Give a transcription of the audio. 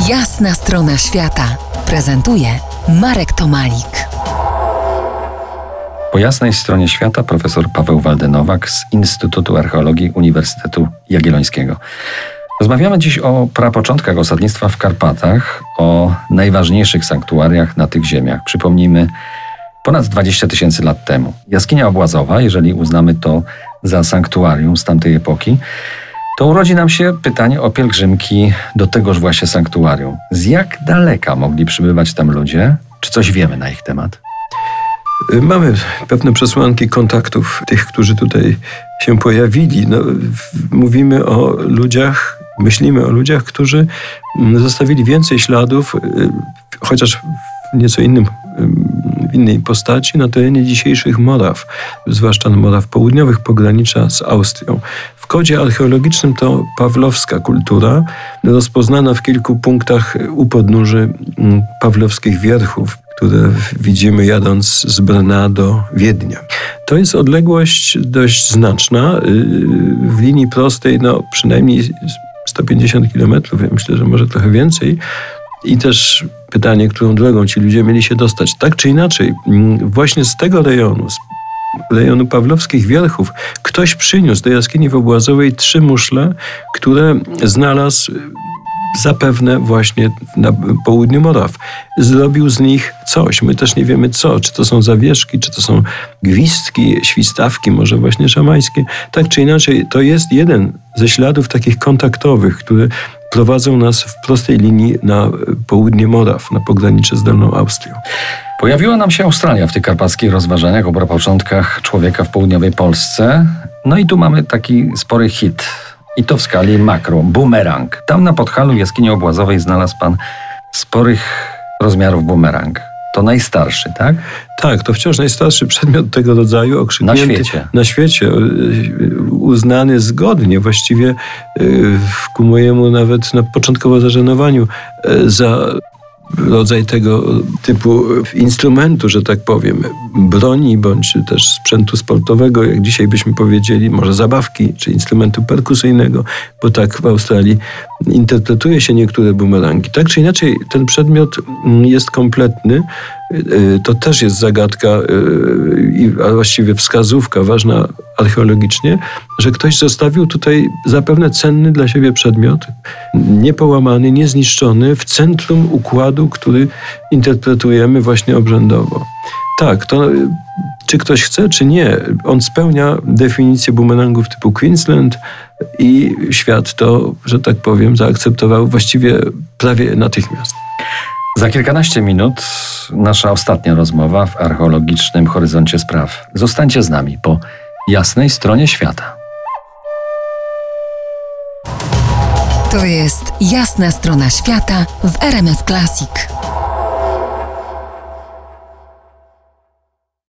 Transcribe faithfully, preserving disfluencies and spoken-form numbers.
Jasna strona świata prezentuje Marek Tomalik. Po jasnej stronie świata profesor Paweł Waldenowak z Instytutu Archeologii Uniwersytetu Jagiellońskiego. Rozmawiamy dziś o prapoczątkach osadnictwa w Karpatach, o najważniejszych sanktuariach na tych ziemiach. Przypomnijmy, ponad dwadzieścia tysięcy lat temu. Jaskinia Obłazowa, jeżeli uznamy to za sanktuarium z tamtej epoki, to urodzi nam się pytanie o pielgrzymki do tegoż właśnie sanktuarium. Z jak daleka mogli przybywać tam ludzie? Czy coś wiemy na ich temat? Mamy pewne przesłanki kontaktów tych, którzy tutaj się pojawili. No, mówimy o ludziach, myślimy o ludziach, którzy zostawili więcej śladów, chociaż w nieco innym, w innej postaci, na terenie dzisiejszych Moraw, zwłaszcza na Moraw południowych, pogranicza z Austrią. W kodzie archeologicznym to pawlowska kultura, rozpoznana w kilku punktach u podnóży pawlowskich wierchów, które widzimy jadąc z Brna do Wiednia. To jest odległość dość znaczna. W linii prostej no przynajmniej sto pięćdziesiąt kilometrów, ja myślę, że może trochę więcej. I też pytanie, którą drogą ci ludzie mieli się dostać. Tak czy inaczej, właśnie z tego rejonu, z rejonu Pawlowskich Wierchów, ktoś przyniósł do jaskini Obłazowej trzy muszle, które znalazł zapewne właśnie na południu Moraw. Zrobił z nich coś. My też nie wiemy co. Czy to są zawieszki, czy to są gwizdki, świstawki, może właśnie szamańskie. Tak czy inaczej, to jest jeden ze śladów takich kontaktowych, które prowadzą nas w prostej linii na południe Moraw, na pogranicze z Dolną Austrią. Pojawiła nam się Australia w tych karpackich rozważaniach o prapoczątkach człowieka w południowej Polsce. No i tu mamy taki spory hit. I to w skali makro. Bumerang. Tam na Podhalu jaskini Obłazowej znalazł pan sporych rozmiarów bumerang. To najstarszy, tak? Tak, to wciąż najstarszy przedmiot tego rodzaju, okrzyknięty na świecie. Na świecie, uznany zgodnie właściwie ku mojemu nawet na początkowo zażenowaniu za rodzaj tego typu instrumentu, że tak powiem, broni bądź też sprzętu sportowego, jak dzisiaj byśmy powiedzieli, może zabawki, czy instrumentu perkusyjnego, bo tak w Australii interpretuje się niektóre bumerangi. Tak czy inaczej, ten przedmiot jest kompletny. To też jest zagadka, a właściwie wskazówka ważna archeologicznie, że ktoś zostawił tutaj zapewne cenny dla siebie przedmiot, niepołamany, niezniszczony, w centrum układu, który interpretujemy właśnie obrzędowo. Tak, to czy ktoś chce, czy nie, on spełnia definicję bumerangów typu Queensland i świat to, że tak powiem, zaakceptował właściwie prawie natychmiast. Za kilkanaście minut nasza ostatnia rozmowa w archeologicznym horyzoncie spraw. Zostańcie z nami po jasnej stronie świata. To jest Jasna strona świata w R M F Classic.